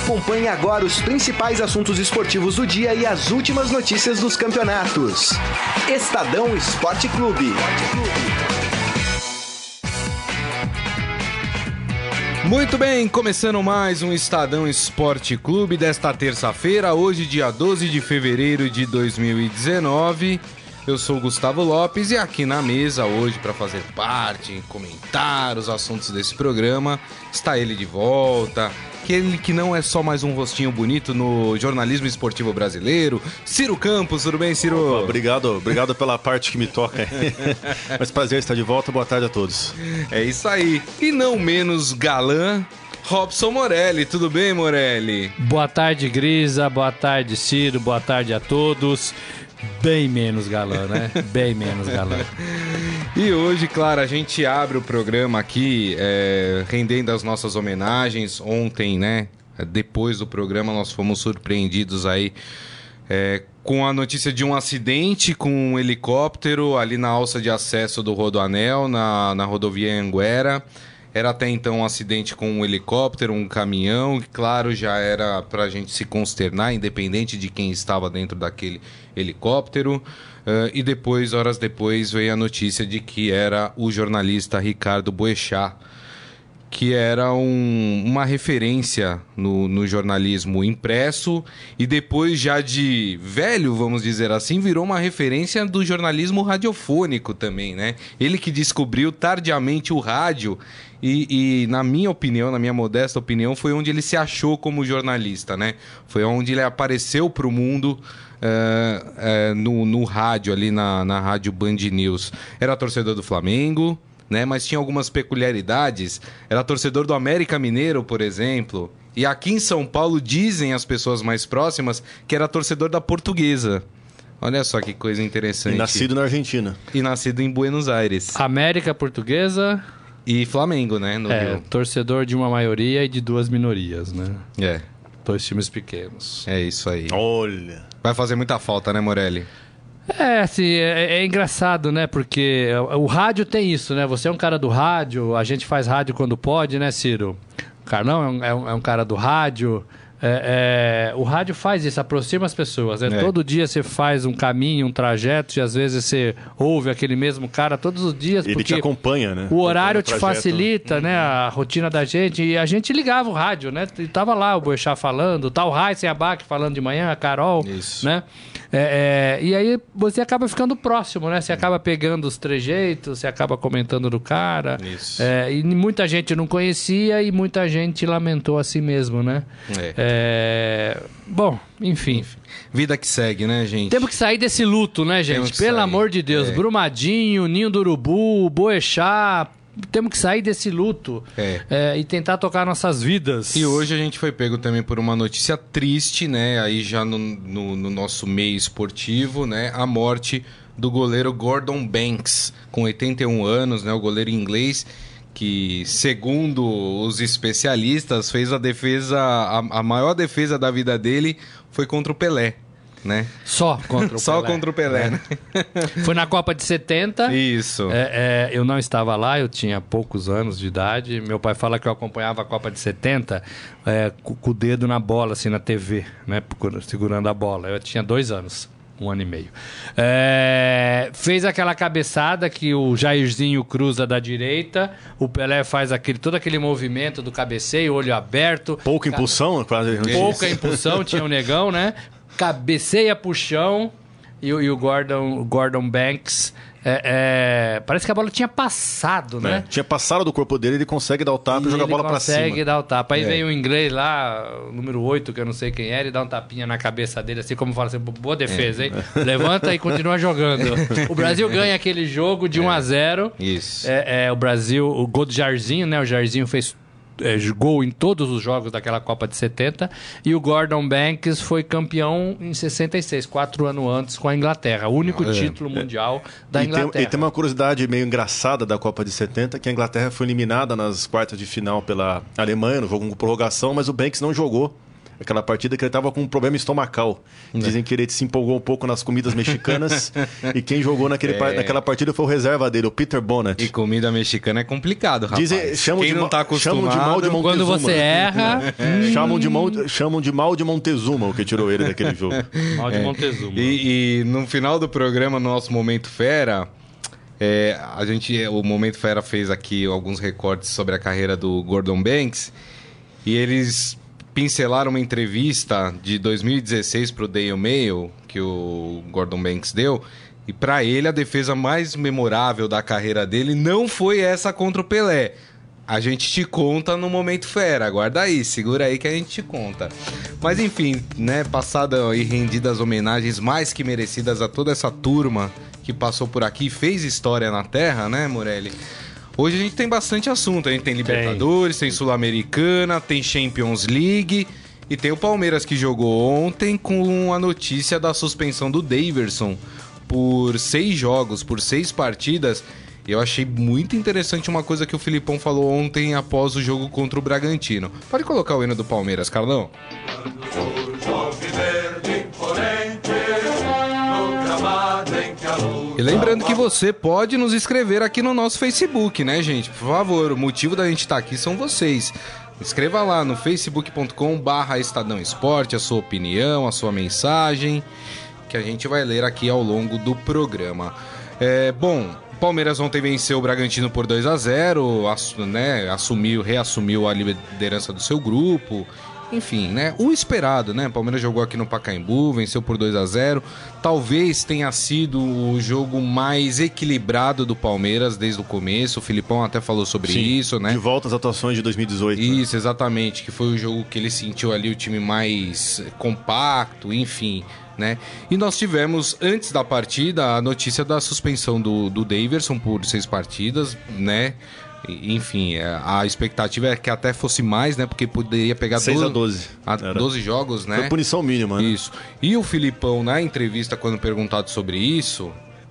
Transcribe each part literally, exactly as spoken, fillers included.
Acompanhe agora os principais assuntos esportivos do dia e as últimas notícias dos campeonatos. Estadão Esporte Clube. Muito bem, começando mais um Estadão Esporte Clube desta terça-feira, hoje dia doze de fevereiro de dois mil e dezenove. Eu sou o Gustavo Lopes e aqui na mesa hoje para fazer parte, comentar os assuntos desse programa, está ele de volta, aquele que não é só mais um rostinho bonito no jornalismo esportivo brasileiro, Ciro Campos. Tudo bem, Ciro? Opa, obrigado, obrigado pela parte que me toca. Mas prazer estar de volta, boa tarde a todos. É isso aí. E não menos galã, Robson Morelli. Tudo bem, Morelli? Boa tarde, Grisa, boa tarde, Ciro, boa tarde a todos. Bem menos galã, né? Bem menos galã. E hoje, claro, a gente abre o programa aqui é, rendendo as nossas homenagens. Ontem, né, depois do programa, nós fomos surpreendidos aí é, com a notícia de um acidente com um helicóptero ali na alça de acesso do Rodoanel, na, na rodovia Anguera. Era até então um acidente com um helicóptero, um caminhão, que claro, já era pra gente se consternar, independente de quem estava dentro daquele helicóptero. Uh, e depois, horas depois, veio a notícia de que era o jornalista Ricardo Boechat, que era um, uma referência no, no jornalismo impresso e depois já de velho, vamos dizer assim, virou uma referência do jornalismo radiofônico também, né? Ele que descobriu tardiamente o rádio e, e na minha opinião, na minha modesta opinião, foi onde ele se achou como jornalista, né? Foi onde ele apareceu para o mundo uh, uh, no, no rádio, ali na, na rádio Band News. Era torcedor do Flamengo, né? Mas tinha algumas peculiaridades. Era torcedor do América Mineiro, por exemplo. E aqui em São Paulo dizem as pessoas mais próximas que era torcedor da Portuguesa. Olha só que coisa interessante. E nascido na Argentina. E nascido em Buenos Aires. América, Portuguesa e Flamengo, né? No é, Rio. Torcedor de uma maioria e de duas minorias, né? É. Dois times pequenos. É isso aí. Olha. Vai fazer muita falta, né, Morelli? É, assim, é, é engraçado, né? Porque o, o rádio tem isso, né? Você é um cara do rádio, a gente faz rádio quando pode, né, Ciro? O Carlão é um, é um, é um cara do rádio. É, é, o rádio faz isso, aproxima as pessoas, né? É. Todo dia você faz um caminho, um trajeto, e às vezes você ouve aquele mesmo cara todos os dias. Ele porque te acompanha, né? O horário acompanha o te trajeto. facilita, né? A rotina da gente. E a gente ligava o rádio, né? E tava lá o Boechat falando, tal, o Raíssa Abac falando de manhã, a Carol, Isso. né? É, é, e aí você acaba ficando próximo, né? Você acaba pegando os trejeitos, você acaba comentando do cara. Isso. É, e muita gente não conhecia e muita gente lamentou a si mesmo, né? É. É, bom, enfim. Vida que segue, né, gente? Temos que sair desse luto, né, Temos gente? que Pelo sair. amor de Deus. É. Brumadinho, Ninho do Urubu, Boechat. Temos que sair desse luto É. é, e tentar tocar nossas vidas. E hoje a gente foi pego também por uma notícia triste, né? Aí já no, no, no nosso meio esportivo, né? A morte do goleiro Gordon Banks, com oitenta e um anos, né? O goleiro inglês que, segundo os especialistas, fez a defesa, a, a maior defesa da vida dele foi contra o Pelé, né? Só contra o Só Pelé. contra o Pelé, né? Foi na Copa de setenta. Isso. É, é, eu não estava lá, eu tinha poucos anos de idade. Meu pai fala que eu acompanhava a Copa de setenta é, com, com o dedo na bola, assim, na T V, né? Segurando a bola. Eu tinha dois anos. Um ano e meio. É, fez aquela cabeçada que o Jairzinho cruza da direita, o Pelé faz aquele, todo aquele movimento do cabeceio, olho aberto. Pouca impulsão, quase. Pouca impulsão, tinha o negão, né? Cabeceia pro chão e, o- e o Gordon, o Gordon Banks. é, é, parece que a bola tinha passado, né? Né? Tinha passado do corpo dele, ele consegue dar o tapa e, E jogar a ele bola pra cima. consegue dar o tapa. Aí É. vem o inglês lá, o número oito, que eu não sei quem é, ele dá um tapinha na cabeça dele, assim como fala assim, boa defesa, hein? Levanta e continua jogando. O Brasil ganha aquele jogo de um a zero. Isso. É, é, o Brasil, o gol do Jairzinho, né? O Jairzinho fez é, gol em todos os jogos daquela Copa de setenta. E o Gordon Banks foi campeão em sessenta e seis, quatro anos antes, com a Inglaterra. O único É. título mundial da E tem, Inglaterra. e tem uma curiosidade meio engraçada da Copa de setenta, que a Inglaterra foi eliminada nas quartas de final pela Alemanha, no jogo com prorrogação, mas o Banks não jogou. aquela partida que ele estava com um problema estomacal. Dizem que ele se empolgou um pouco nas comidas mexicanas e quem jogou naquele, é... naquela partida foi o reserva dele, o Peter Bonnet. E comida mexicana é complicado, rapaz. Dizem, chamam quem de, não tá acostumado... Chamam de mal de Montezuma. Quando você erra... É. Chamam, de mal, chamam de mal de Montezuma, o que tirou ele daquele jogo. Mal de é. Montezuma. E, e no final do programa, no nosso Momento Fera... É, a gente, o Momento Fera fez aqui alguns recortes sobre a carreira do Gordon Banks e eles pincelaram uma entrevista de dois mil e dezesseis para o Daily Mail que o Gordon Banks deu e para ele a defesa mais memorável da carreira dele não foi essa contra o Pelé. A gente te conta no Momento Fera, aguarda aí, segura aí que a gente te conta. Mas enfim, né, passada e rendidas homenagens mais que merecidas a toda essa turma que passou por aqui e fez história na Terra, né, Morelli? Hoje a gente tem bastante assunto, a gente tem Libertadores, tem, tem Sul-Americana, tem Champions League e tem o Palmeiras que jogou ontem com a notícia da suspensão do Daverson por seis jogos, por seis partidas. E eu achei muito interessante uma coisa que o Filipão falou ontem após o jogo contra o Bragantino. Pode colocar o hino do Palmeiras, Carlão? E lembrando que você pode nos escrever aqui no nosso Facebook, né, gente? Por favor, o motivo da gente estar aqui são vocês. Escreva lá no facebook ponto com barra Estadão Esporte a sua opinião, a sua mensagem, que a gente vai ler aqui ao longo do programa. É, bom... Palmeiras ontem venceu o Bragantino por dois a zero, né, assumiu, reassumiu a liderança do seu grupo, enfim, né, o esperado, né, Palmeiras jogou aqui no Pacaembu, venceu por dois a zero, talvez tenha sido o jogo mais equilibrado do Palmeiras desde o começo, o Filipão até falou sobre Sim, isso, né. De volta às atuações de dois mil e dezoito. Isso, né? Exatamente, que foi o jogo que ele sentiu ali o time mais compacto, enfim... Né? E nós tivemos, antes da partida, a notícia da suspensão do, do Daverson por seis partidas, né? Enfim, a expectativa é que até fosse mais, né? Porque poderia pegar seis a doze. A doze jogos, né? Foi punição mínima, né? Isso. E o Filipão, na entrevista, quando perguntado sobre isso,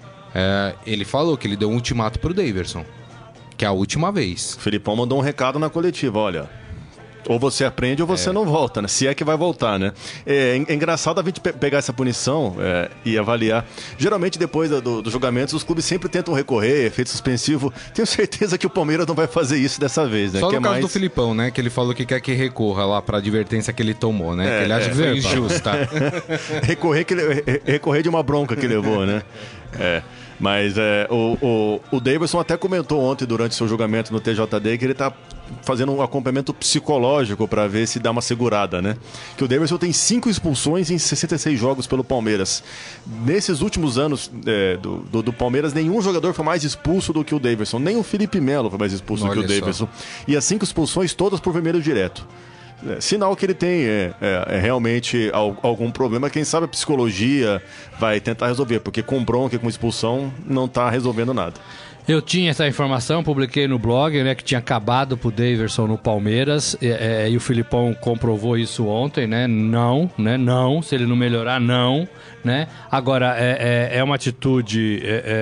é, ele falou que ele deu um ultimato pro Daverson, que é a última vez. O Filipão mandou um recado na coletiva, olha... Ou você aprende ou você é. não volta, né? Se é que vai voltar, né? É, é engraçado a gente pe- pegar essa punição é, e avaliar. Geralmente, depois do, dos julgamentos, os clubes sempre tentam recorrer, efeito suspensivo. Tenho certeza que o Palmeiras não vai fazer isso dessa vez, né? Só que no é caso mais... do Filipão, né? Que ele falou que quer que recorra lá pra advertência que ele tomou, né? É, que ele acha é, que foi injusta. recorrer, que ele, recorrer de uma bronca que levou, né? É. Mas é, o, o, o Daverson até comentou ontem, durante seu julgamento no T J D, que ele está fazendo um acompanhamento psicológico para ver se dá uma segurada, né? Que o Daverson tem cinco expulsões em sessenta e seis jogos pelo Palmeiras. Nesses últimos anos é, do, do, do Palmeiras, nenhum jogador foi mais expulso do que o Daverson. Nem o Felipe Melo foi mais expulso Olha do que o Daverson. Só. E as cinco expulsões todas por vermelho direto. É, sinal que ele tem é, é, é realmente algum problema. Quem sabe a psicologia vai tentar resolver, porque com bronca e com expulsão não está resolvendo nada. Eu tinha essa informação, publiquei no blog, né, que tinha acabado pro Daverson no Palmeiras, e, é, e o Filipão comprovou isso ontem, né? Não, né? Não, se ele não melhorar, não, né? Agora, é, é, é uma atitude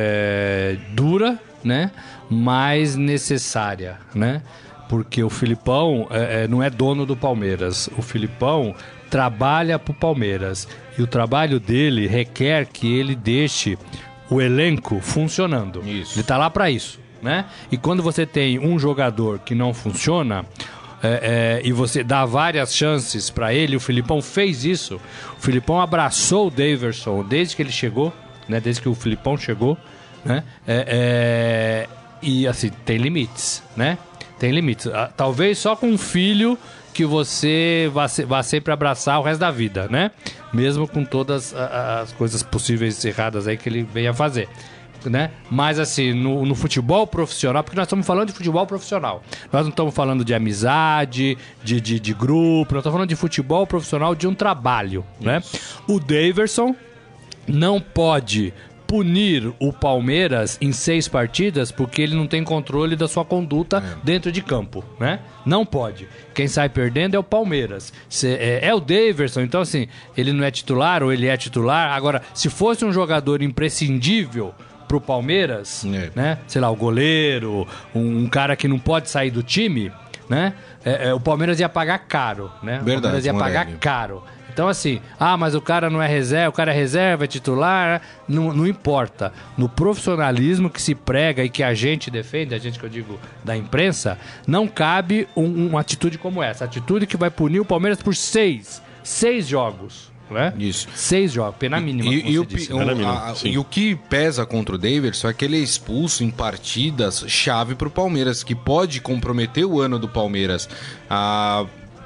é, é, dura, né? Mas necessária, né? Porque o Filipão é, é, não é dono do Palmeiras. O Filipão trabalha pro Palmeiras. E o trabalho dele requer que ele deixe o elenco funcionando. Isso. Ele tá lá para isso, né? E quando você tem um jogador que não funciona é, é, e você dá várias chances para ele, o Filipão fez isso. O Filipão abraçou o Daverson desde que ele chegou, né? Desde que o Filipão chegou, né? É, é, e assim, tem limites, né? Tem limites. Talvez só com um filho que você vá, se, vá sempre abraçar o resto da vida, né? Mesmo com todas as coisas possíveis erradas aí que ele venha fazer, né? Mas assim, no, no futebol profissional, porque nós estamos falando de futebol profissional, nós não estamos falando de amizade, de, de, de grupo, nós estamos falando de futebol profissional, de um trabalho, né? O Daverson não pode punir o Palmeiras em seis partidas porque ele não tem controle da sua conduta é. dentro de campo, né? Não pode. Quem sai perdendo é o Palmeiras. Cê, é, é o Daverson, então assim, ele não é titular ou ele é titular. Agora, se fosse um jogador imprescindível pro Palmeiras, é. né? Sei lá, o goleiro, um, um cara que não pode sair do time, né? É, é, o Palmeiras ia pagar caro, né? Verdade, o Palmeiras ia Morelli. pagar caro. Então, assim, ah, mas o cara não é reserva, o cara é reserva, é titular, não, não importa. No profissionalismo que se prega e que a gente defende, a gente que eu digo da imprensa, não cabe um, uma atitude como essa. Atitude que vai punir o Palmeiras por seis, seis jogos, né? Isso. Seis jogos, pena mínima, E, como e, você o, disse. pi- Pena o- mínima, a- sim. e o que pesa contra o Davidson é que ele é expulso em partidas chave pro Palmeiras, que pode comprometer o ano do Palmeiras. Ah,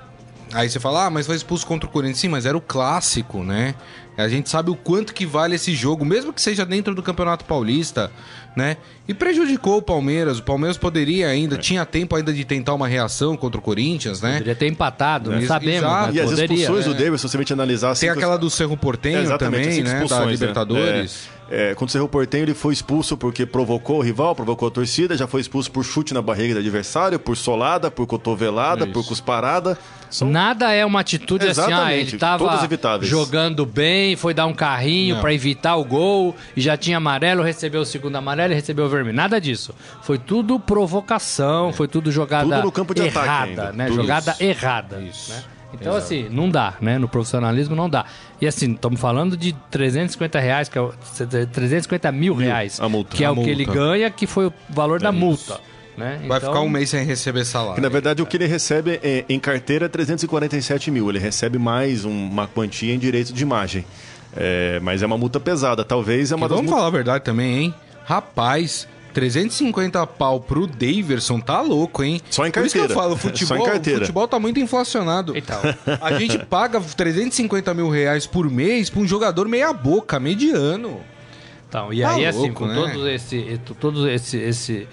aí você fala, ah, mas foi expulso contra o Corinthians. Sim, mas era o clássico, né? A gente sabe o quanto que vale esse jogo, mesmo que seja dentro do Campeonato Paulista, né? E prejudicou o Palmeiras. O Palmeiras poderia ainda, tinha tempo ainda de tentar uma reação contra o Corinthians, né? Poderia ter empatado, não Ex- sabemos, exato. mas E as poderia. expulsões é. do Davidson, se a gente analisar... assim, Tem que- aquela do Cerro Portenho É, exatamente, também, cinco né? Da expulsões, Libertadores. É, é, quando o Cerro Portenho ele foi expulso porque provocou o rival, provocou a torcida, já foi expulso por chute na barriga do adversário, por solada, por cotovelada, por cusparada. São... Nada é uma atitude assim, ah, Exatamente, ele tava todas evitáveis. jogando bem, foi dar um carrinho Não. pra evitar o gol e já tinha amarelo, recebeu o segundo amarelo e recebeu o vermelho. Nada disso. Foi tudo provocação, foi tudo jogada Tudo no campo de ataque errada, ainda. né? Tudo Jogada isso. errada, Isso. né? Então, assim, não dá, né? No profissionalismo não dá. E assim, estamos falando de trezentos e cinquenta reais, que é o, trezentos e cinquenta mil reais, a multa. que é A o que ele multa. ganha, que foi o valor da isso. multa. Né? Vai Então, ficar um mês sem receber salário. Que, na verdade, o que ele recebe é, em carteira é trezentos e quarenta e sete mil. Ele recebe mais um- uma quantia em direito de imagem. É, mas é uma multa pesada. Talvez é uma Que das vamos multas... falar a verdade também, hein? Rapaz, trezentos e cinquenta pau pro Daverson tá louco, hein? Só em Por isso que eu carteira. falo, o Só futebol, em carteira. o futebol tá muito inflacionado. Então. A gente paga trezentos e cinquenta mil reais por mês pra um jogador meia boca, mediano. Então, e Tá aí, assim, louco, com né? todos, esse, todos esse, esse,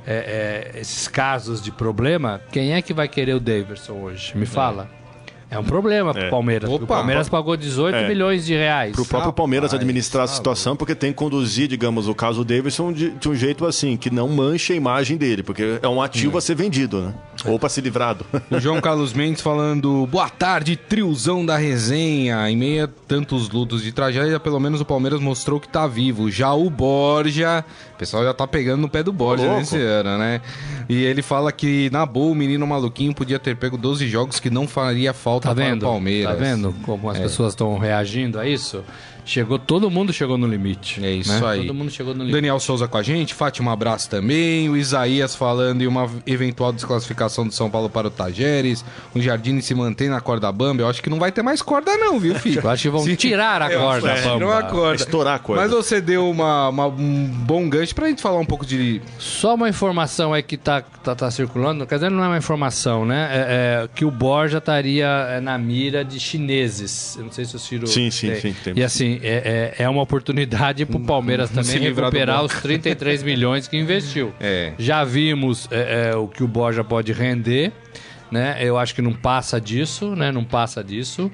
é, é, esses casos de problema, quem é que vai querer o Daverson hoje? Me fala. É um problema pro É. Palmeiras. porque Opa. O Palmeiras pagou dezoito É. milhões de reais. Para o próprio Palmeiras Rapaz, administrar a tá situação, porque tem que conduzir, digamos, o caso Davidson de, de um jeito assim, que não manche a imagem dele, porque é um ativo a ser vendido, né? Ou para ser livrado. O João Carlos Mendes falando, boa tarde, triozão da resenha. Em meio a tantos lutos de tragédia, pelo menos o Palmeiras mostrou que tá vivo. Já o Borja, o pessoal já tá pegando no pé do Borja Louco. nesse ano, né? E ele fala que, na boa, o menino maluquinho podia ter pego doze jogos que não faria falta Tá para vendo? o Palmeiras. Tá vendo como as pessoas estão reagindo a isso? Chegou, todo mundo chegou no limite. É isso né? aí. Todo mundo chegou no limite. Daniel Souza com a gente, Fátima abraço também, o Isaías falando em uma eventual desclassificação do São Paulo para o Tajeres, o Jardine se mantém na corda bamba, eu acho que não vai ter mais corda não, viu, filho? Eu acho que vão Se- tirar a Eu acho corda, que tiram Bamba. a corda. Estourar a corda. Mas você deu uma, uma- um bom gancho pra gente falar um pouco de... Só uma informação aí que tá, tá, tá circulando, quer dizer, não é uma informação, né? É, é que o Borja estaria é, na mira de chineses. Eu não sei se o Ciro... Sim, sim, tem. sim, tem. E assim, é, é, é uma oportunidade pro Palmeiras Não se também livrar do recuperar Borja. os trinta e três milhões que investiu. É. Já vimos é, é, o que o Borja pode render, né? Eu acho que não passa disso, né? Não passa disso.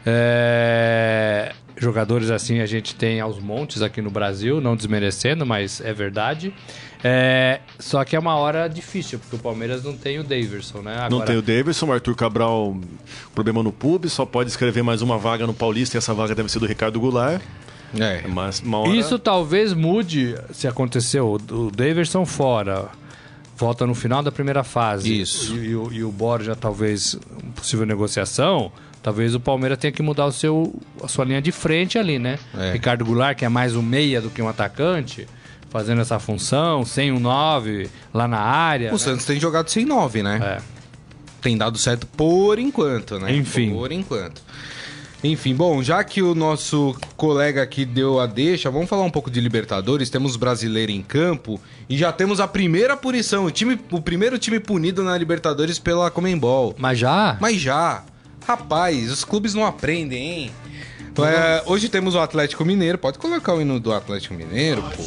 É, Jogadores assim a gente tem aos montes aqui no Brasil, não desmerecendo, mas é verdade. É, Só que é uma hora difícil, porque o Palmeiras não tem o Daverson, né? Agora, Não tem o Davidson, o Arthur Cabral, problema no pub, só pode escrever mais uma vaga no Paulista e essa vaga deve ser do Ricardo Goulart. É, Mas uma hora... Isso talvez mude se aconteceu o Daverson fora. Volta no final da primeira fase. Isso. E, e o- e o Borja, talvez, possível negociação, talvez o Palmeiras tenha que mudar o seu, a sua linha de frente ali, né? É. Ricardo Goulart, que é mais um meia do que um atacante, fazendo essa função, sem um nove lá na área. o né? Santos tem jogado sem nove, né? É. Tem dado certo por enquanto, né? Enfim. Por enquanto. Enfim, bom, já que o nosso colega aqui deu a deixa, vamos falar um pouco de Libertadores. Temos brasileiro em campo e já temos a primeira punição, o, time, o primeiro time punido na Libertadores pela Conmebol. Mas já? Mas já, rapaz, os clubes não aprendem, hein? É, hoje temos o Atlético Mineiro, pode colocar o hino do Atlético Mineiro, pô.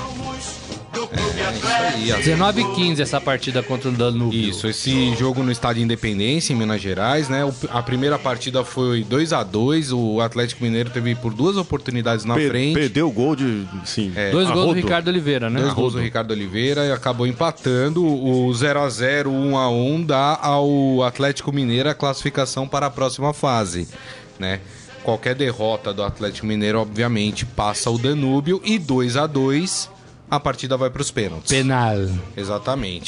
É, isso aí, dezenove e quinze essa partida contra o Danúbio. Isso, esse jogo no Estádio Independência, em Minas Gerais, né? O- a primeira partida foi dois a dois, o Atlético Mineiro teve por duas oportunidades na Per- frente. Perdeu o gol de... Sim, Dois a gols do rodo. Ricardo Oliveira, né? Dois gols do Ricardo Oliveira e acabou empatando. O zero a zero, um a um dá ao Atlético Mineiro a classificação para a próxima fase, né? Qualquer derrota do Atlético Mineiro, obviamente, passa o Danúbio e dois a dois a partida vai para os pênaltis. Penal. Exatamente.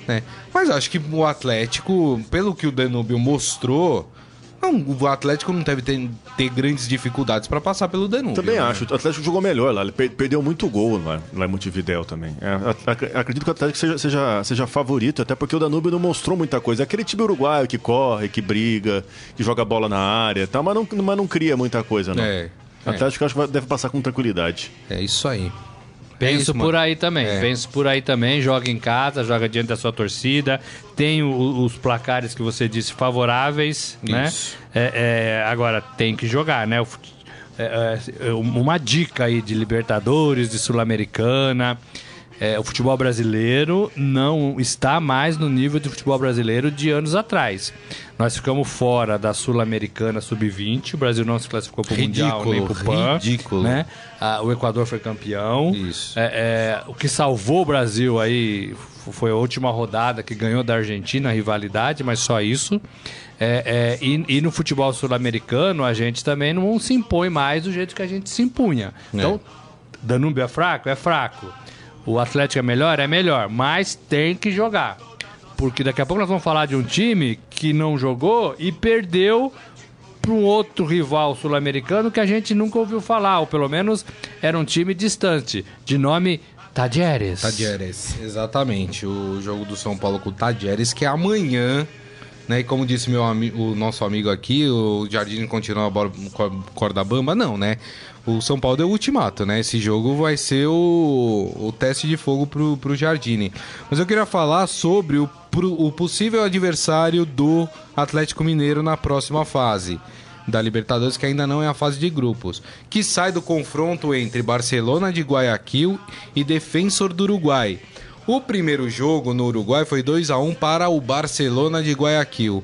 né? Mas acho que o Atlético, pelo que o Danúbio mostrou, não, o Atlético não deve ter, ter grandes dificuldades para passar pelo Danúbio. Também né? acho. O Atlético jogou melhor lá. Ele per- perdeu muito gol lá, lá em Montevidéu também. É, a- a- acredito que o Atlético seja, seja, seja favorito, até porque o Danúbio não mostrou muita coisa. É aquele time uruguaio que corre, que briga, que joga bola na área, tá, mas, não, mas não cria muita coisa, não. É, O Atlético acho que vai- deve passar com tranquilidade. é isso aí. Penso É isso, por mano. aí também, É. penso por aí também, joga em casa, joga diante da sua torcida, tem o- os placares que você disse favoráveis, né? Isso. É, é, agora, tem que jogar, né? O fut- é, é, uma dica aí de Libertadores, de Sul-Americana, é, o futebol brasileiro não está mais no nível do futebol brasileiro de anos atrás. Nós ficamos fora da Sul-Americana sub vinte, o Brasil não se classificou para o Mundial Ridículo, nem para o Pan, ridículo. né? Ah, o Equador foi campeão. Isso. É, é, o que salvou o Brasil aí f- foi a última rodada que ganhou da Argentina, a rivalidade, mas só isso. É, é, e, e no futebol sul-americano a gente também não se impõe mais do jeito que a gente se impunha. Então, Danúbio é fraco? É fraco. O Atlético é melhor? É melhor. Mas tem que jogar. Porque daqui a pouco nós vamos falar de um time que não jogou e perdeu para um outro rival sul-americano que a gente nunca ouviu falar, ou pelo menos era um time distante, de nome Tajeres. Tajeres, exatamente. O jogo do São Paulo com o Tajeres, que é amanhã, né? E como disse meu ami- o nosso amigo aqui, o Jardim continua a bola com a corda bamba, não, né? O São Paulo deu o ultimato, né? Esse jogo vai ser o, o teste de fogo pro, pro Jardine. Mas eu queria falar sobre o, pro, o possível adversário do Atlético Mineiro na próxima fase da Libertadores, que ainda não é a fase de grupos, que sai do confronto entre Barcelona de Guayaquil e Defensor do Uruguai. O primeiro jogo no Uruguai foi dois a um para o Barcelona de Guayaquil,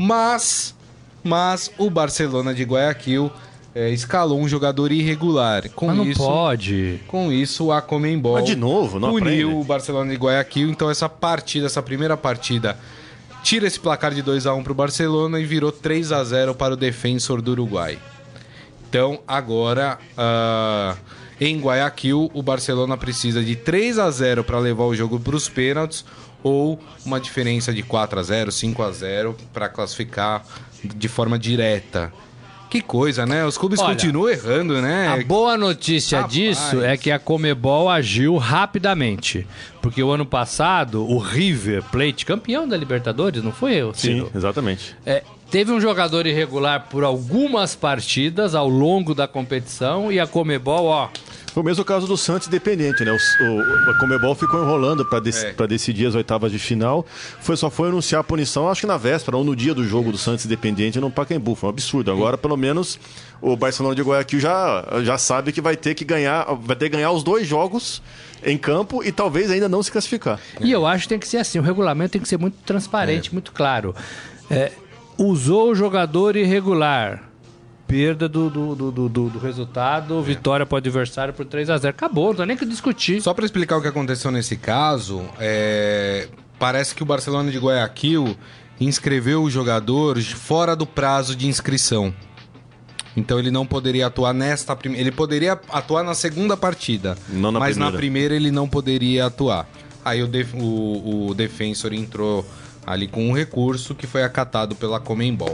mas, mas o Barcelona de Guayaquil é, escalou um jogador irregular. Com Mas não isso, pode. com isso, a Conmebol Mas de novo, não puniu aprende. o Barcelona de Guayaquil. Então essa partida, essa primeira partida, tira esse placar de dois a um para o Barcelona e virou três a zero para o Defensor do Uruguai. Então agora, ah, em Guayaquil, o Barcelona precisa de três a zero para levar o jogo para os pênaltis ou uma diferença de quatro a zero, cinco a zero para classificar de forma direta. Que coisa, né? Os clubes Olha, continuam errando, né? A boa notícia Rapaz. disso é que a Conmebol agiu rapidamente. Porque o ano passado, o River Plate, campeão da Libertadores, não foi eu, Sim, Ciro? exatamente. É, teve um jogador irregular por algumas partidas ao longo da competição e a Conmebol, ó, Foi o mesmo caso do Santos Independente, né? O, o, a Conmebol ficou enrolando para dec É. pra decidir as oitavas de final. Foi, só foi anunciar a punição, acho que na véspera ou no dia do jogo do Santos Independente no Pacaembu. Foi um absurdo. Agora, pelo menos, o Barcelona de Guayaquil já, já sabe que vai ter que ganhar, vai ter que ganhar os dois jogos em campo e talvez ainda não se classificar. E eu acho que tem que ser assim, o regulamento tem que ser muito transparente, muito claro. É, usou o jogador irregular, perda do, do, do, do, do- do resultado, vitória para o adversário por três a zero. Acabou, não tem nem que discutir. Só para explicar o que aconteceu nesse caso, é, parece que o Barcelona de Guayaquil inscreveu o jogador fora do prazo de inscrição. Então ele não poderia atuar nesta primeira. Ele poderia atuar na segunda partida, Não na mas primeira. na primeira ele não poderia atuar. Aí o, def- o, o defensor entrou ali com um recurso que foi acatado pela Conmebol.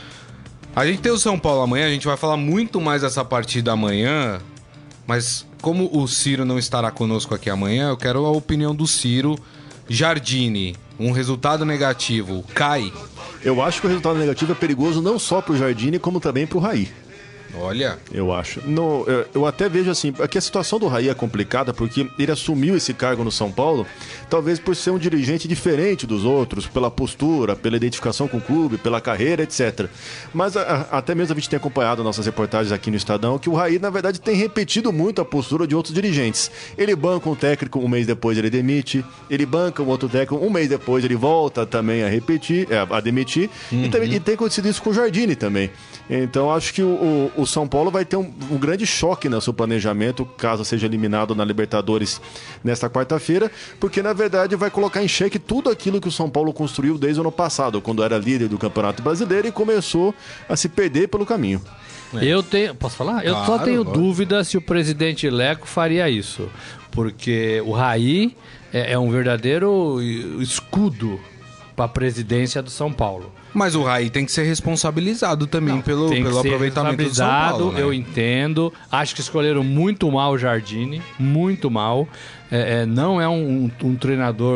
A gente tem o São Paulo amanhã, a gente vai falar muito mais dessa partida amanhã, mas como o Ciro não estará conosco aqui amanhã, eu quero a opinião do Ciro. Jardine, um resultado negativo, cai. Eu acho que o resultado negativo é perigoso não só para o Jardine, como também para o Raí. Olha, Eu acho. No, eu, eu até vejo assim, aqui a situação do Raí é complicada porque ele assumiu esse cargo no São Paulo, talvez por ser um dirigente diferente dos outros, pela postura, pela identificação com o clube, pela carreira, etcétera. Mas a, a, até mesmo a gente tem acompanhado nossas reportagens aqui no Estadão que o Raí, na verdade, tem repetido muito a postura de outros dirigentes. Ele banca um técnico, um mês depois ele demite, ele banca um outro técnico, um mês depois ele volta também a repetir, é, a demitir, Uhum. e, também, e tem acontecido isso com o Jardine também. Então acho que o, o, o São Paulo vai ter um, um grande choque no seu planejamento, caso seja eliminado na Libertadores nesta quarta-feira, porque na verdade vai colocar em xeque tudo aquilo que o São Paulo construiu desde o ano passado, quando era líder do Campeonato Brasileiro e começou a se perder pelo caminho. É. Eu tenho... Posso falar? Eu claro, só tenho lógico. dúvida se o presidente Leco faria isso. Porque o Raí é, é um verdadeiro escudo para a presidência do São Paulo. Mas o Raí tem que ser responsabilizado também Não, pelo, tem que pelo ser aproveitamento do São Paulo, né? Eu entendo. Acho que escolheram muito mal o Jardine. Muito mal. É, é, não é um, um, um treinador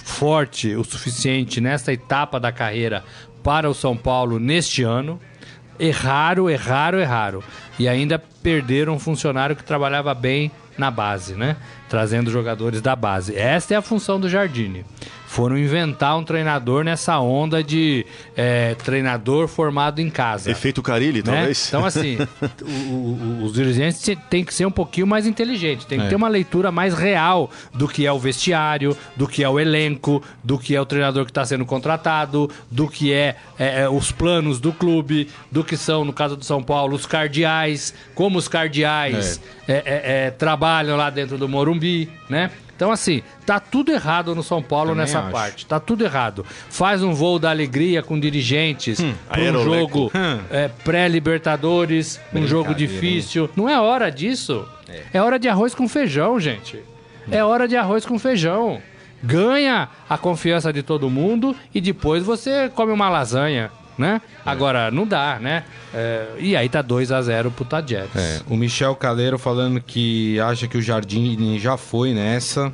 forte o suficiente nessa etapa da carreira para o São Paulo neste ano. Erraram, erraram, erraram. E ainda perderam um funcionário que trabalhava bem na base, né? Trazendo jogadores da base. Esta é a função do Jardine. Foram inventar um treinador nessa onda de é, treinador formado em casa. Efeito Carille, né? talvez. Então, assim, o, o, os dirigentes têm que ser um pouquinho mais inteligentes. Tem que É. ter uma leitura mais real do que é o vestiário, do que é o elenco, do que é o treinador que está sendo contratado, do que é, é, é os planos do clube, do que são, no caso do São Paulo, os cardeais, como os cardeais é. É, é, é, trabalham lá dentro do Morumbi, né? Então, assim, tá tudo errado no São Paulo Também nessa acho. parte. Tá tudo errado. Faz um voo da alegria com dirigentes Hum, para um aeroleco. jogo Hum. é, pré-Libertadores, um jogo Brincadeira, difícil. Não é hora disso. É. é hora de arroz com feijão, gente. É hora de arroz com feijão. Ganha a confiança de todo mundo e depois você come uma lasanha, né? É. Agora, não dá, né? É, e aí tá dois a zero pro Tadjeres. É, o Michel Caleiro falando que acha que o Jardine já foi nessa.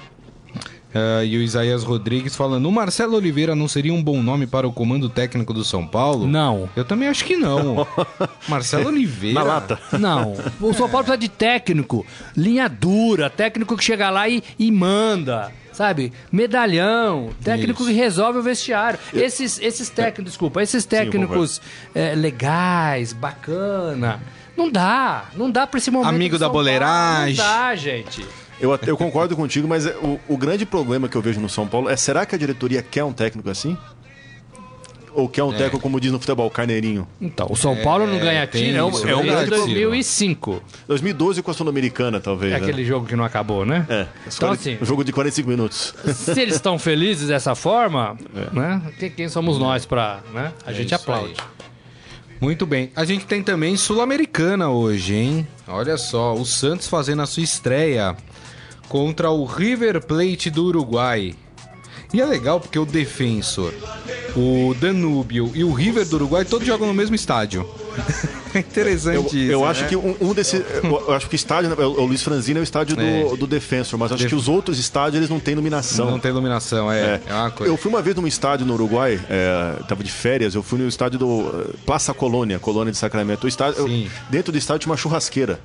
Uh, e o Isaías Rodrigues falando: o Marcelo Oliveira não seria um bom nome para o comando técnico do São Paulo? Não. Eu também acho que não. Marcelo Oliveira. Na lata. Não. O São Paulo precisa de técnico, linha dura, técnico que chega lá e, e manda. Sabe? Medalhão, técnico Isso. que resolve o vestiário. Esses, esses técnicos, desculpa, esses técnicos é, legais, bacana. Não dá, não dá pra esse momento. Amigo do da São Paulo, boleiragem. Não dá, gente. Eu, até- eu concordo contigo, mas é, o, o grande problema que eu vejo no São Paulo é: será que a diretoria quer um técnico assim? Ou quer um É. técnico, como diz no futebol, carneirinho? Então, o São Paulo não ganha tem título. É um, isso, é um verdade, dois mil e cinco. dois mil e doze com a Sul-Americana, talvez. É né? aquele jogo que não acabou, né? É, Então, assim, um jogo de quarenta e cinco minutos. se eles estão felizes dessa forma, né? Quem, quem somos nós pra, né? A gente isso aplaude. aí. Muito bem. A gente tem também Sul-Americana hoje, hein? Olha só, o Santos fazendo a sua estreia contra o River Plate do Uruguai. E é legal porque o Defensor, o Danúbio e o River do Uruguai todos jogam no mesmo estádio. É interessante Eu, isso, eu né? acho que um, um desses. Eu, eu acho que o estádio, né, o Luiz Franzino é o estádio do, É. do Defensor, mas acho Def- que os outros estádios eles não têm iluminação. Não tem iluminação, é, É. é uma coisa. Eu fui uma vez num estádio no Uruguai, é, tava de férias, eu fui no estádio do eh, Plaza Colônia, Colônia de Sacramento. O estádio, eu- Sim. dentro do estádio tinha uma churrasqueira.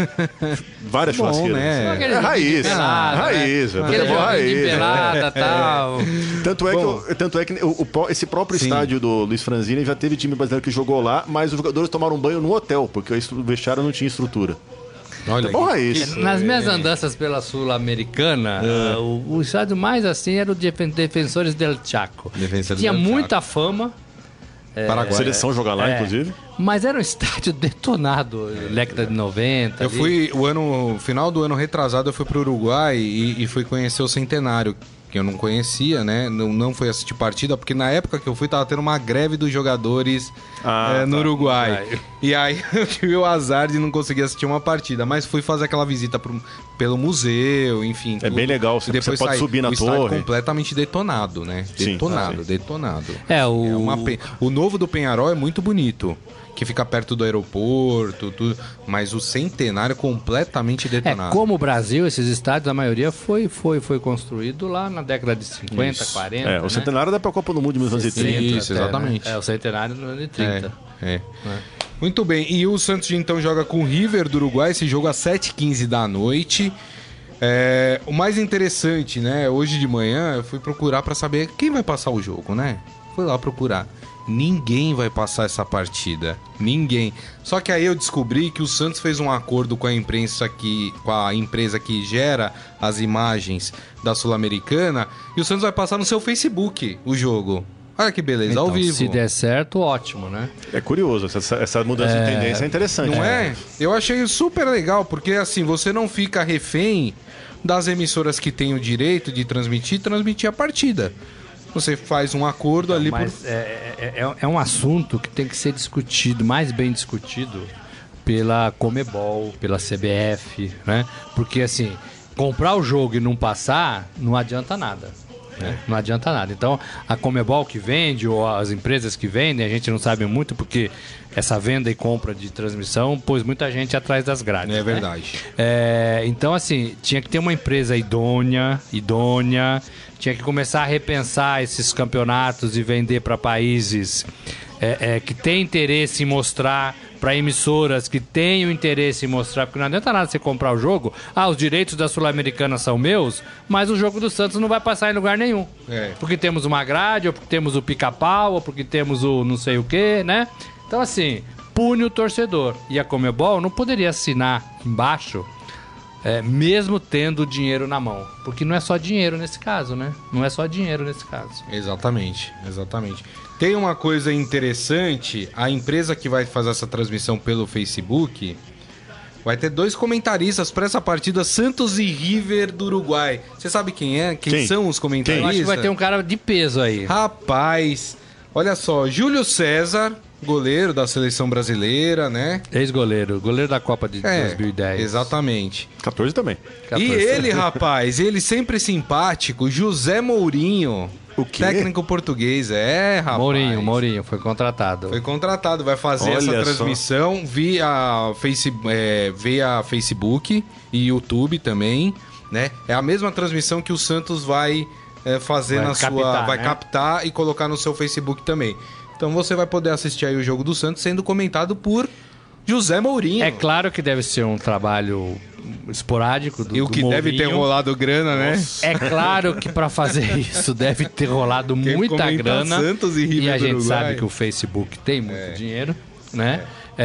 Várias Bom, churrasqueiras. né? Aquele É jogo de raiz, pelada, né? raiz, é Aquele futebol jogo de raiz, pelada e é. tal. Tanto é, que, Bom. eu- tanto é que o, o pró- esse próprio Sim. estádio do Luiz Franzini já teve time brasileiro que jogou lá, mas os jogadores tomaram banho no hotel, porque o estru- o vestiário não tinha estrutura. Olha Futebol aí. raiz. Nas minhas andanças pela Sul-Americana, É. uh, o, o estádio mais assim era o Defen- Defensores del Chaco. Defensores Tinha del Chaco. muita fama, Paraguai. Seleção jogar lá, É. inclusive. mas era um estádio detonado, década de noventa. Eu ali. fui, o ano, final do ano retrasado, eu fui pro Uruguai e, e fui conhecer o Centenário, que eu não conhecia, né? Não, não fui assistir partida, porque na época que eu fui, tava tendo uma greve dos jogadores Ah, eh, no tá. Uruguai. Uruguai. E aí eu tive o azar de não conseguir assistir uma partida, mas fui fazer aquela visita pro, pelo museu, enfim. É bem legal, você- E depois você pode saí. subir na o estádio torre. completamente detonado, né? Sim, Detonado, sim. detonado. É, o- É uma pe- o novo do Penharol é muito bonito, que fica perto do aeroporto, tudo, mas o Centenário é completamente É, detonado. como o Brasil, esses estádios, a maioria foi, foi, foi construído lá na década de cinquenta, Isso. quarenta. É, o né? Centenário dá pra Copa do Mundo de mil novecentos e trinta. Isso, até, exatamente. né? É, o Centenário dos anos trinta. É, é. Muito bem, e o Santos então joga com o River do Uruguai, esse jogo às sete e quinze da noite. É, o mais interessante, né, hoje de manhã eu fui procurar pra saber quem vai passar o jogo, né? Fui lá procurar. Ninguém vai passar essa partida. Ninguém. Só que aí eu descobri que o Santos fez um acordo com a imprensa que, com a empresa que gera as imagens da Sul-Americana, e o Santos vai passar no seu Facebook o jogo. Olha que beleza, Então, ao vivo. se der certo, ótimo, né? É curioso, essa, essa mudança de tendência é interessante. Não é? Eu achei super legal, porque assim, você não fica refém das emissoras que têm o direito de transmitir, transmitir a partida. Você faz um acordo ali Mas por... é, é, é- é um assunto que tem que ser discutido, mais bem discutido, pela Comebol, pela C B F, né? Porque assim, comprar o jogo e não passar, não adianta nada. É. Não adianta nada. Então, a Comebol que vende, ou as empresas que vendem, a gente não sabe muito, porque essa venda e compra de transmissão pôs muita gente atrás das grades. É verdade. Né? É, então, assim, tinha que ter uma empresa idônea, idônea, tinha que começar a repensar esses campeonatos e vender para países é, é, que têm interesse em mostrar, para emissoras que tenham interesse em mostrar, porque não adianta nada você comprar o jogo, ah, os direitos da Sul-Americana são meus, mas o jogo do Santos não vai passar em lugar nenhum. É. Porque temos uma grade, ou porque temos o pica-pau, ou porque temos o não sei o quê, né? Então, assim, pune o torcedor. E a Comebol não poderia assinar embaixo, é, mesmo tendo dinheiro na mão. Porque não é só dinheiro nesse caso, né? Não é só dinheiro nesse caso. Exatamente, exatamente. Tem uma coisa interessante, a empresa que vai fazer essa transmissão pelo Facebook vai ter dois comentaristas para essa partida, Santos e River do Uruguai. Você sabe quem é? Quem, Quem? são os comentaristas? Eu acho que vai ter um cara de peso aí. Rapaz, olha só, Júlio César, goleiro da seleção brasileira, né? Ex-goleiro, goleiro da Copa de É, dois mil e dez. exatamente. catorze também. E ele, rapaz, ele sempre simpático, José Mourinho. O quê? Técnico português, é, rapaz. Mourinho, Mourinho, foi contratado. Foi contratado, vai fazer Olha essa só. transmissão via, face, é, via Facebook e YouTube também, né? É a mesma transmissão que o Santos vai é, fazer Vai na captar, sua... Vai né? captar e colocar no seu Facebook também. Então você vai poder assistir aí o jogo do Santos sendo comentado por José Mourinho. É claro que deve ser um trabalho esporádico do E o do que deve ter Mourinho. rolado grana, né? É claro que para fazer isso deve ter rolado Quem muita comentar grana. Santos e River a do gente Uruguai. sabe que o Facebook tem muito dinheiro, né?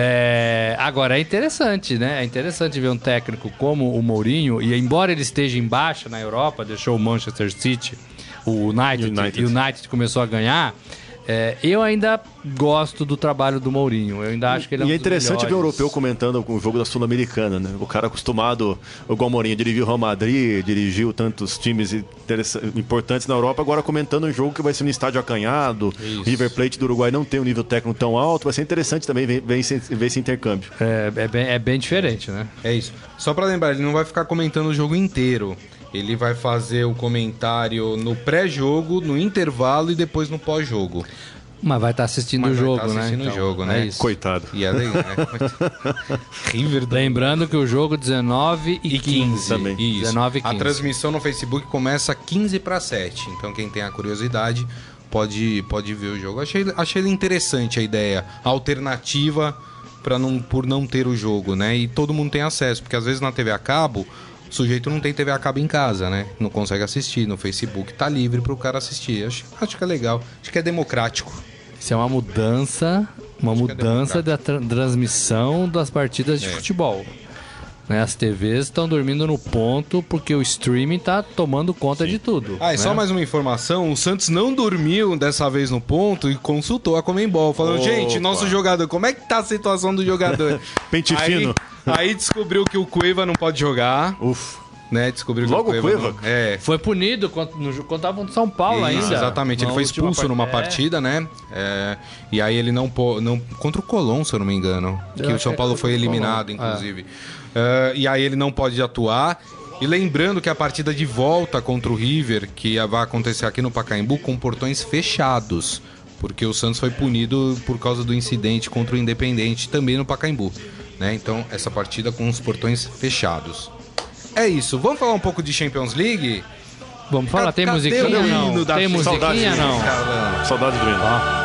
É, agora é interessante, né? É interessante ver um técnico como o Mourinho, e embora ele esteja em baixa na Europa, deixou o Manchester City, o United, United. e o United começou a ganhar. É, eu ainda gosto do trabalho do Mourinho. Eu ainda acho que ele é um E é dos interessante ver o melhores. europeu comentando com o jogo da Sul-Americana, né? O cara acostumado, igual o Mourinho, dirigiu o Real Madrid, dirigiu tantos times interessa- importantes na Europa, agora comentando um jogo que vai ser no estádio acanhado. Isso. River Plate do Uruguai não tem um nível técnico tão alto, vai ser interessante também ver, ver, esse, ver esse intercâmbio. É, é bem, é bem diferente, né? É isso. Só pra lembrar, ele não vai ficar comentando o jogo inteiro. Ele vai fazer o comentário no pré-jogo, no intervalo e depois no pós-jogo. Mas vai estar assistindo Mas o vai jogo, tá né? assistindo o Então, jogo, é né? isso. Coitado. E é legal, né? River do... Lembrando que o jogo dezenove e quinze. também. Isso. dezenove e quinze. A transmissão no Facebook começa quinze para sete. Então quem tem a curiosidade pode, pode ver o jogo. Achei, achei interessante a ideia, a alternativa para não, por não ter o jogo, né? E todo mundo tem acesso, porque às vezes na T V a cabo o sujeito não tem T V a cabo em casa, né? Não consegue assistir. No Facebook tá livre pro cara assistir. Acho, acho que é legal. Acho que é democrático. Isso é uma mudança, uma Acho que é mudança da tra- transmissão das partidas de É. futebol. Né? As T Vs estão dormindo no ponto porque o streaming tá tomando conta de tudo. Ah, e né? só mais uma informação: o Santos não dormiu dessa vez no ponto e consultou a Comembol, falando: Opa. gente, nosso jogador, como é que tá a situação do jogador? Pente aí, fino. aí descobriu que o Cueva não pode jogar, Uf. né? Descobriu Logo que o o Cueva. Cueva? não- É. Foi punido quando, no, quando tava contra São Paulo Isso, ainda. exatamente, ele Na foi última expulso part- numa é. partida, né? É, e aí ele não, pô, não. Contra o Colón, se eu não me engano. Eu Que o acho São que Paulo é foi contra o eliminado, Colón. inclusive. É, e aí ele não pode atuar. E lembrando que a partida de volta contra o River, que vai acontecer aqui no Pacaembu, com portões fechados. Porque o Santos foi punido por causa do incidente contra o Independente, também no Pacaembu. Né? Então, essa partida com os portões fechados. É isso. Vamos falar um pouco de Champions League? Vamos falar, tem Cadê musiquinha o não? hino da Tem musiquinha Saudades, não? Caramba. Saudades do hino.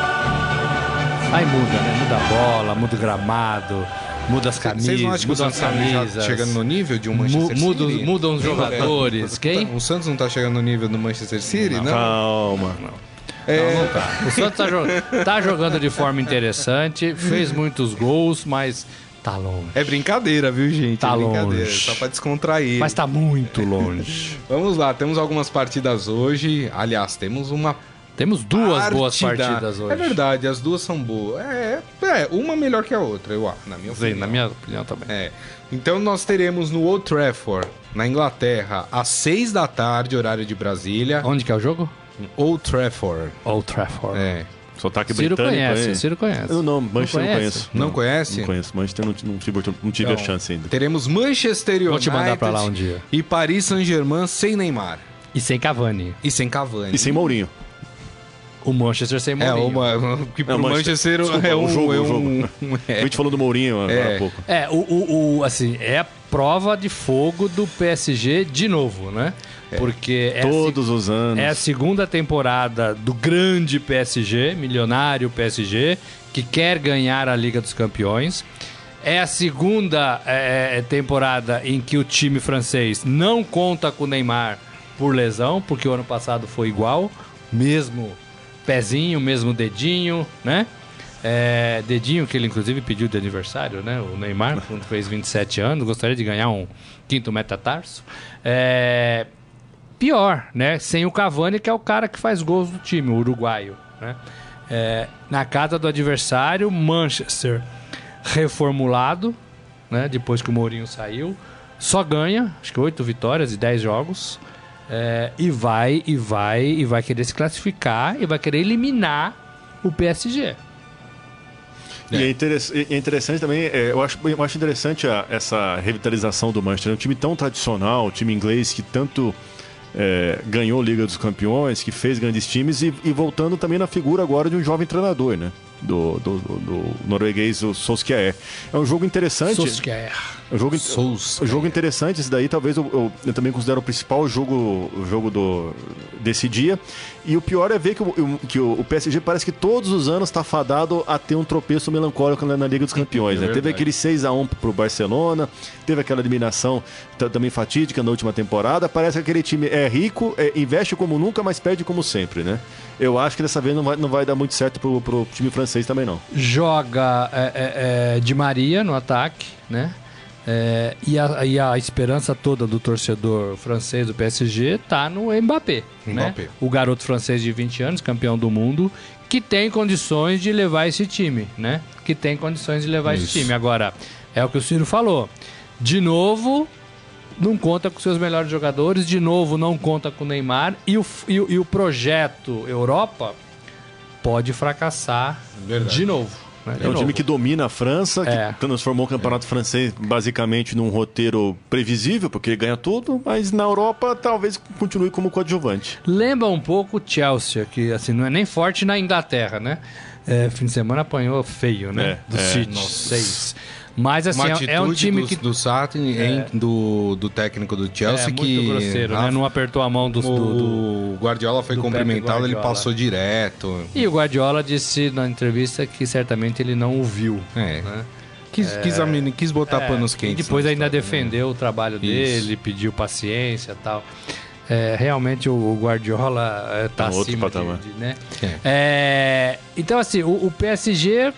Aí muda, né? Muda a bola, muda o gramado, muda as camisas, Vocês não acham que o muda as Santos tá camisas. chegando no nível de um Mu- Manchester muda, City? mudam os jogadores. Quem? O Santos não tá chegando no nível do Manchester City, não? Calma. É, Não, não tá. O Santos tá, jo- tá jogando de forma interessante, fez muitos gols, mas tá longe. é brincadeira, viu, gente? Tá é brincadeira, longe. só pra descontrair. Mas tá muito longe. Vamos lá, temos algumas partidas hoje. Aliás, temos uma Temos duas partida. boas partidas hoje. É verdade, as duas são boas. É, é, uma melhor que a outra, eu acho, na minha Sim, opinião. na minha opinião também. É. Então nós teremos no Old Trafford, na Inglaterra, às seis da tarde, horário de Brasília. Onde que é o jogo? Old Trafford. Old Trafford. É. sotaque Ciro britânico. conhece, aí. Ciro conhece. Eu não, Manchester Não não conhece? conheço. Não conhece? Não conheço. Manchester não, não, tive, não tive Então, a chance ainda. Teremos Manchester United Vou te mandar pra lá um dia. e Paris Saint-Germain sem Neymar. E sem Cavani. E sem Cavani. E sem Mourinho. O Manchester sem É, Mourinho. uma, que pro Não, Manchester, Desculpa, é um... o jogo, é o um, jogo. é. A gente falou do Mourinho agora É. há pouco. É, o, o, o, assim, é a prova de fogo do P S G de novo, né? Porque é a, Todos se- os anos. é a segunda temporada do grande P S G, milionário P S G, que quer ganhar a Liga dos Campeões. É a segunda é, temporada em que o time francês não conta com o Neymar por lesão, porque o ano passado foi igual, mesmo pezinho, mesmo dedinho, né? É, dedinho que ele inclusive pediu de aniversário, né? O Neymar, quando fez vinte e sete anos, gostaria de ganhar um quinto metatarso. É, pior, né? Sem o Cavani, que é o cara que faz gols do time, o uruguaio, né? É, na casa do adversário, Manchester reformulado, né? Depois que o Mourinho saiu, só ganha, acho que oito vitórias e dez jogos. É, e vai, e vai, e vai querer se classificar e vai querer eliminar o P S G. E é, interess- é interessante também, é, eu, acho, eu acho interessante a- essa revitalização do Manchester. É um time tão tradicional, um time inglês que tanto é, ganhou a Liga dos Campeões, que fez grandes times e, e voltando também na figura agora de um jovem treinador, né? Do, do, do, do norueguês, o Solskjaer. É um jogo interessante. Solskjaer. É um jogo, Solskjaer. um jogo interessante, esse daí talvez eu, eu, eu também considero o principal jogo, o jogo do, desse dia. E o pior é ver que, o, que o, o P S G parece que todos os anos está fadado a ter um tropeço melancólico na, na Liga dos Campeões. É né? Teve verdade. aquele seis a um pro Barcelona, teve aquela eliminação t- também fatídica na última temporada. Parece que aquele time é rico, é, investe como nunca, mas perde como sempre, né? Eu acho que dessa vez não vai, não vai dar muito certo pro, pro time francês também, não. Joga é, é, é, Di Maria no ataque, né? É, e, a, e a esperança toda do torcedor francês do P S G tá no Mbappé, Mbappé. né? O garoto francês de vinte anos, campeão do mundo, que tem condições de levar esse time, né? Que tem condições de levar Isso. esse time. Agora, é o que o Ciro falou. De novo, não conta com seus melhores jogadores, de novo, não conta com o Neymar, e o, e, o- e o projeto Europa pode fracassar Verdade. de novo. Né? De É um novo. time que domina a França, que É. transformou o campeonato francês basicamente num roteiro previsível, porque ele ganha tudo, mas na Europa talvez continue como coadjuvante. Lembra um pouco o Chelsea, que assim, não é nem forte na Inglaterra, né? É, fim de semana apanhou feio, né? É, do é. City, Nossa. seis. Mas assim, Uma é, atitude é um time do, que do Satin, hein, do, do técnico do Chelsea, é muito que grosseiro, né? Rafa, Não apertou a mão dos, do, do... o Guardiola foi do Pepe cumprimentado, ele Guardiola. passou direto. E o Guardiola disse na entrevista que certamente ele não ouviu. É. Né? Quis, quis, ameni- quis botar É, panos e quentes. depois na ainda história, defendeu o trabalho Isso. dele, pediu paciência e tal. É, realmente o, o Guardiola está Tá no outro acima patamar. de, de, né? É. É, então assim, o, o P S G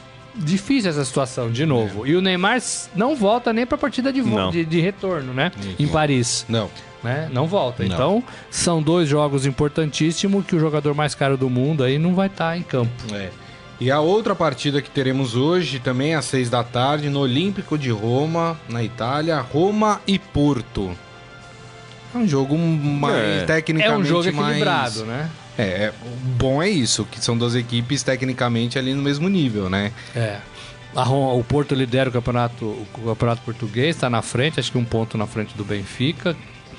difícil essa situação de novo. E o Neymar s- não volta nem para a partida de, vo- Não. de, de retorno, né? Isso. Em Paris, Não. né? Não volta. Não. Então são dois jogos importantíssimos que o jogador mais caro do mundo aí não vai estar em campo. É. E a outra partida que teremos hoje, também às seis da tarde, no Olímpico de Roma, na Itália, Roma e Porto. É um jogo mais É. tecnicamente É um jogo mais... equilibrado, né? É, é, o bom é isso, que são duas equipes tecnicamente ali no mesmo nível, né? É. A Rom- o Porto lidera o campeonato, o campeonato português, está na frente, acho que um ponto na frente do Benfica.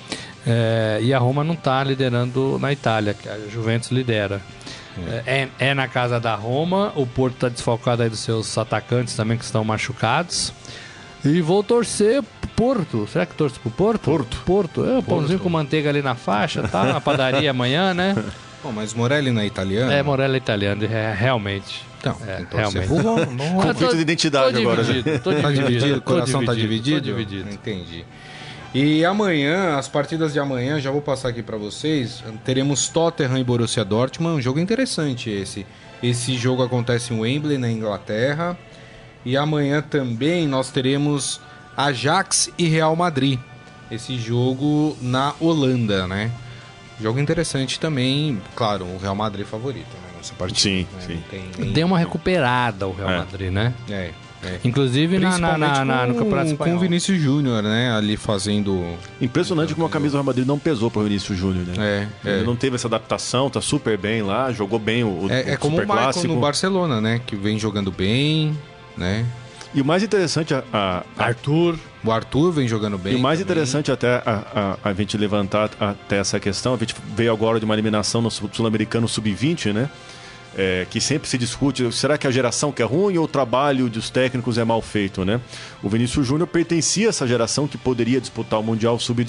É, e a Roma não está liderando na Itália, que a Juventus lidera. É, é na casa da Roma, o Porto está desfalcado aí dos seus atacantes também que estão machucados. E vou torcer pro Porto. Será que torço pro Porto? Porto. Porto. É, um pãozinho com manteiga ali na faixa, tá? Na padaria amanhã, né? Bom, mas Morelli não é italiano? É, Morella italiano, é, realmente. Então, É, tem que torcer realmente. pro Roma. Não- Eu Conflito de identidade tô agora, dividido, tô Tá dividido, dividido? O tô coração tá dividido? Tô dividido. Entendi. E amanhã, as partidas de amanhã, já vou passar aqui pra vocês, teremos Tottenham e Borussia Dortmund, um jogo interessante esse. Esse jogo acontece em Wembley, na Inglaterra. E amanhã também nós teremos Ajax e Real Madrid. Esse jogo na Holanda, né? Jogo interessante também, claro, o Real Madrid favorito, né? Nessa partida. Sim, né? sim. Não tem nem- Deu uma recuperada o Real É. Madrid, né? É. É. Inclusive na, na, na, na, no Campeonato com, Espanhol. com o Vinícius Júnior, né? Ali fazendo... Impressionante como a camisa do Real Madrid não pesou pro Vinícius Júnior, né? É, é. Ele não teve essa adaptação, tá super bem lá, jogou bem o, o É, é como o Maicon no Barcelona, né? Que vem jogando bem, né? E o mais interessante, a, a, Arthur. O Arthur vem jogando bem. E o mais também. interessante até a, a, a gente levantar até essa questão, a gente veio agora de uma eliminação no Sul-Americano sub vinte, né? É, que sempre se discute, será que a geração que é ruim ou o trabalho dos técnicos é mal feito, né? O Vinícius Júnior pertencia a essa geração que poderia disputar o Mundial sub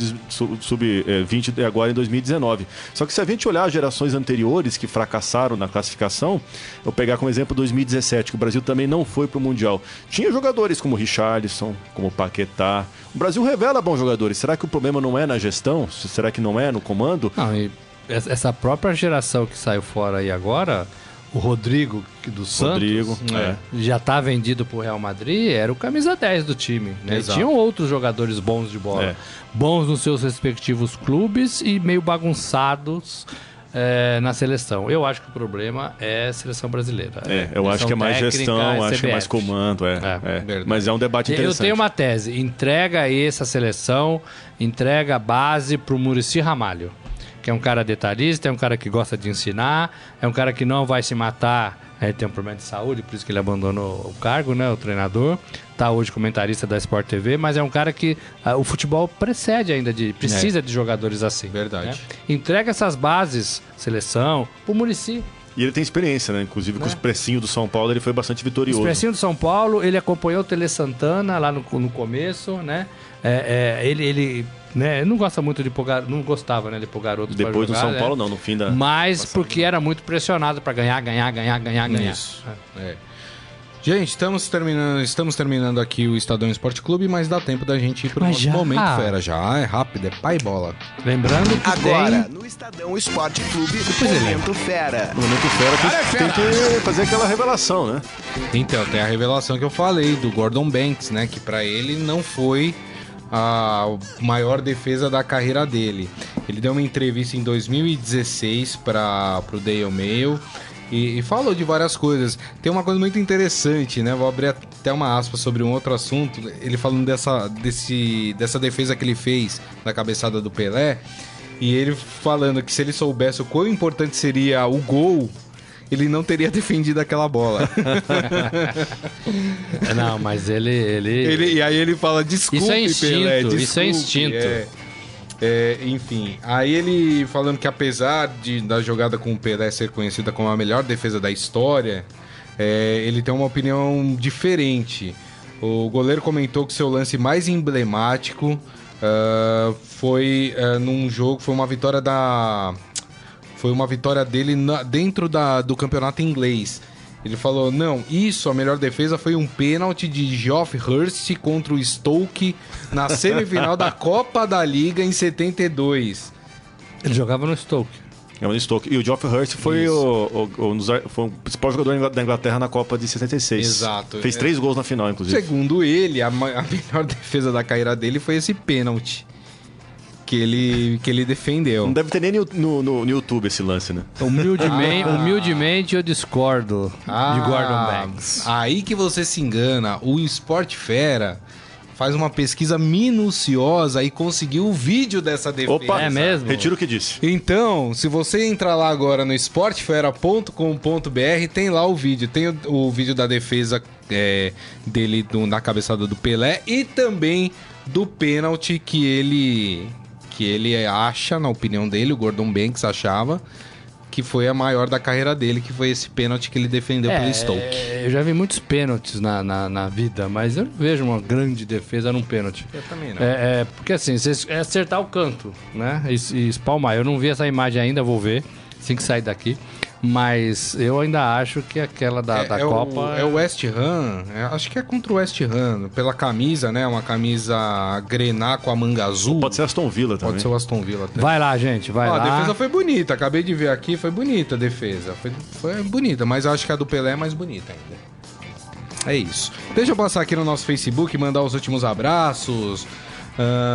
vinte agora em dois mil e dezenove. Só que se a gente olhar as gerações anteriores que fracassaram na classificação, eu pegar como exemplo dois mil e dezessete, que o Brasil também não foi para o Mundial. Tinha jogadores como Richarlison, como Paquetá. O Brasil revela bons jogadores. Será que o problema não é na gestão? Será que não é no comando? Não, e essa própria geração que saiu fora aí agora... O Rodrigo do Santos Rodrigo, é. já está vendido para o Real Madrid, era o camisa dez do time. Né? Tinham outros jogadores bons de bola. É. Bons nos seus respectivos clubes e meio bagunçados é, na seleção. Eu acho que o problema é a seleção brasileira. É, eu acho que é mais técnica, gestão, acho que é mais comando. É, é. É. Mas é um debate interessante. Eu tenho uma tese. Entrega essa seleção, entrega a base para o Muricy Ramalho, que é um cara detalhista, é um cara que gosta de ensinar, é um cara que não vai se matar, ele tem um problema de saúde, por isso que ele abandonou o cargo, né, o treinador, tá hoje comentarista da Sport T V, mas é um cara que uh, o futebol precede ainda, de precisa é. de jogadores assim. Verdade. Né? Entrega essas bases, seleção, pro Muricy. E ele tem experiência, né? Inclusive com né? o Expressinho do São Paulo, ele foi bastante vitorioso. O Expressinho do São Paulo, ele acompanhou o Tele Santana lá no, no começo, né? É, é, ele... ele né, não gosta muito de pôr, não gostava, né, de pôr garotos para jogar. Depois do São Paulo, né? não, no fim da... Mas porque era muito pressionado para ganhar, ganhar, ganhar, ganhar, ganhar. Isso. É. Gente, estamos terminando, estamos terminando aqui o Estadão Esporte Clube, mas dá tempo da gente ir para o nosso já. momento fera. Já é rápido, é pai bola. Lembrando que agora, tem... no Estadão Esporte Clube, momento fera. No momento fera tem, é fera. tem que fazer aquela revelação, né? Então, tem a revelação que eu falei do Gordon Banks, né? Que para ele não foi a maior defesa da carreira dele. Ele deu uma entrevista em dois mil e dezesseis para o Daily Mail e, e falou de várias coisas. Tem uma coisa muito interessante, né? Vou abrir até uma aspa sobre um outro assunto. Ele falando dessa, desse, dessa defesa que ele fez na cabeçada do Pelé, e ele falando que se ele soubesse o quão importante seria o gol, ele não teria defendido aquela bola. Não, mas ele, ele... ele... E aí ele fala, desculpe, isso é instinto, Pelé, desculpe. Isso é instinto. É, é, enfim, aí ele falando que apesar de, da jogada com o Pelé ser conhecida como a melhor defesa da história, é, ele tem uma opinião diferente. O goleiro comentou que seu lance mais emblemático uh, foi uh, num jogo, foi uma vitória da... Foi uma vitória dele na, dentro da, do campeonato inglês. Ele falou, não, isso, a melhor defesa foi um pênalti de Geoff Hurst contra o Stoke na semifinal da Copa da Liga em setenta e dois. Ele jogava no Stoke. É no Stoke. E o Geoff Hurst foi o, o, o, foi o principal jogador da Inglaterra na Copa de sessenta e seis. Exato. Fez é. três gols na final, inclusive. Segundo ele, a, a melhor defesa da carreira dele foi esse pênalti que ele, que ele defendeu. Não deve ter nem no, no, no YouTube esse lance, né? Humildemente, ah. humildemente eu discordo ah, de Gordon Banks. Aí que você se engana. O Sport Fera faz uma pesquisa minuciosa e conseguiu o vídeo dessa defesa. Opa, é mesmo? Retiro o que disse. Então, se você entrar lá agora no esporte fera ponto com ponto b r, tem lá o vídeo. Tem o, o vídeo da defesa é, dele do, na cabeçada do Pelé e também do pênalti que ele... que ele acha, na opinião dele, o Gordon Banks achava, que foi a maior da carreira dele, que foi esse pênalti que ele defendeu é, pelo Stoke. Eu já vi muitos pênaltis na, na, na vida, mas eu não vejo uma grande defesa num pênalti. Eu também não. É, é, porque assim, é acertar o canto, né? E, e espalmar. Eu não vi essa imagem ainda, vou ver, assim que sair daqui. Mas eu ainda acho que aquela da, é, da é Copa... O, é o West Ham, é, acho que é contra o West Ham, pela camisa, né? Uma camisa grená com a manga azul. Pode ser Aston Villa também. Pode ser o Aston Villa também. Vai lá, gente, vai Ó, lá. A defesa foi bonita, acabei de ver aqui, foi bonita a defesa. Foi, foi bonita, mas eu acho que a do Pelé é mais bonita ainda. É isso. Deixa eu passar aqui no nosso Facebook, mandar os últimos abraços.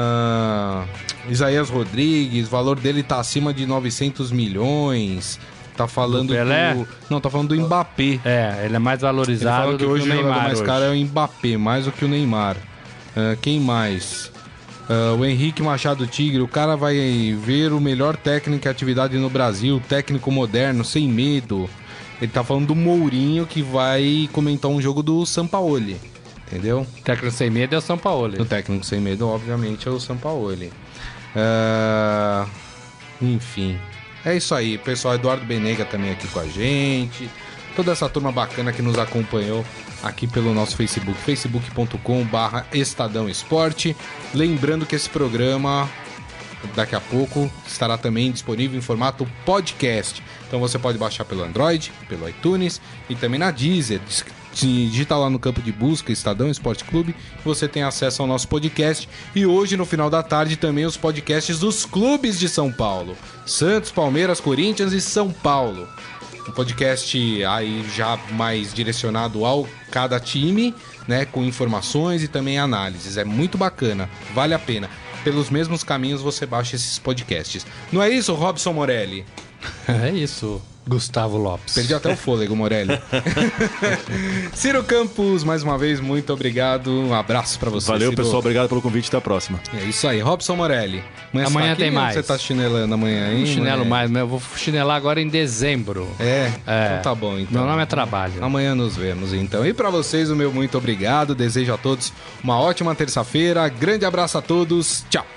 Uh, Isaías Rodrigues, o valor dele tá acima de novecentos milhões. Tá falando Do Pelé? do... Não, tá falando do Mbappé. É, ele é mais Ele valorizado fala do que que hoje o o jogador Neymar mais hoje. caro é o Mbappé, mais do que o Neymar. Uh, quem mais? Uh, o Henrique Machado Tigre, o cara vai ver o melhor técnico e atividade no Brasil, técnico moderno, sem medo. Ele tá falando do Mourinho, que vai comentar um jogo do Sampaoli, entendeu? Técnico sem medo é o São Paulo. O técnico sem medo, obviamente, é o Sampaoli. Uh, enfim, é isso aí. Pessoal, Eduardo Benega também aqui com a gente. Toda essa turma bacana que nos acompanhou aqui pelo nosso Facebook, facebook ponto com barra Estadão Esporte. Lembrando que esse programa, daqui a pouco, estará também disponível em formato podcast. Então você pode baixar pelo Android, pelo iTunes e também na Deezer. Digita lá no campo de busca Estadão Esporte Clube, você tem acesso ao nosso podcast. E hoje, no final da tarde, também os podcasts dos clubes de São Paulo: Santos, Palmeiras, Corinthians e São Paulo. Um podcast aí já mais direcionado ao cada time, né, com informações e também análises. É muito bacana, vale a pena. Pelos mesmos caminhos você baixa esses podcasts. Não é isso, Robson Morelli? É isso, Gustavo Lopes. Perdi até o fôlego, Morelli. Ciro Campos, mais uma vez, muito obrigado. Um abraço pra você, Valeu, Ciro. pessoal. Obrigado pelo convite. Até a próxima. É isso aí. Robson Morelli. Amanhã você tá aqui, tem ou mais. Você tá chinelando amanhã, hein? Um chinelo Morelli? mais, mas eu vou chinelar agora em dezembro. É? É. Então tá bom, então. Meu nome é trabalho. Amanhã nos vemos, então. E pra vocês, o meu muito obrigado. Desejo a todos uma ótima terça-feira. Grande abraço a todos. Tchau.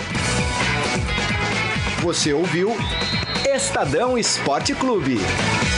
Você ouviu Estadão Esporte Clube.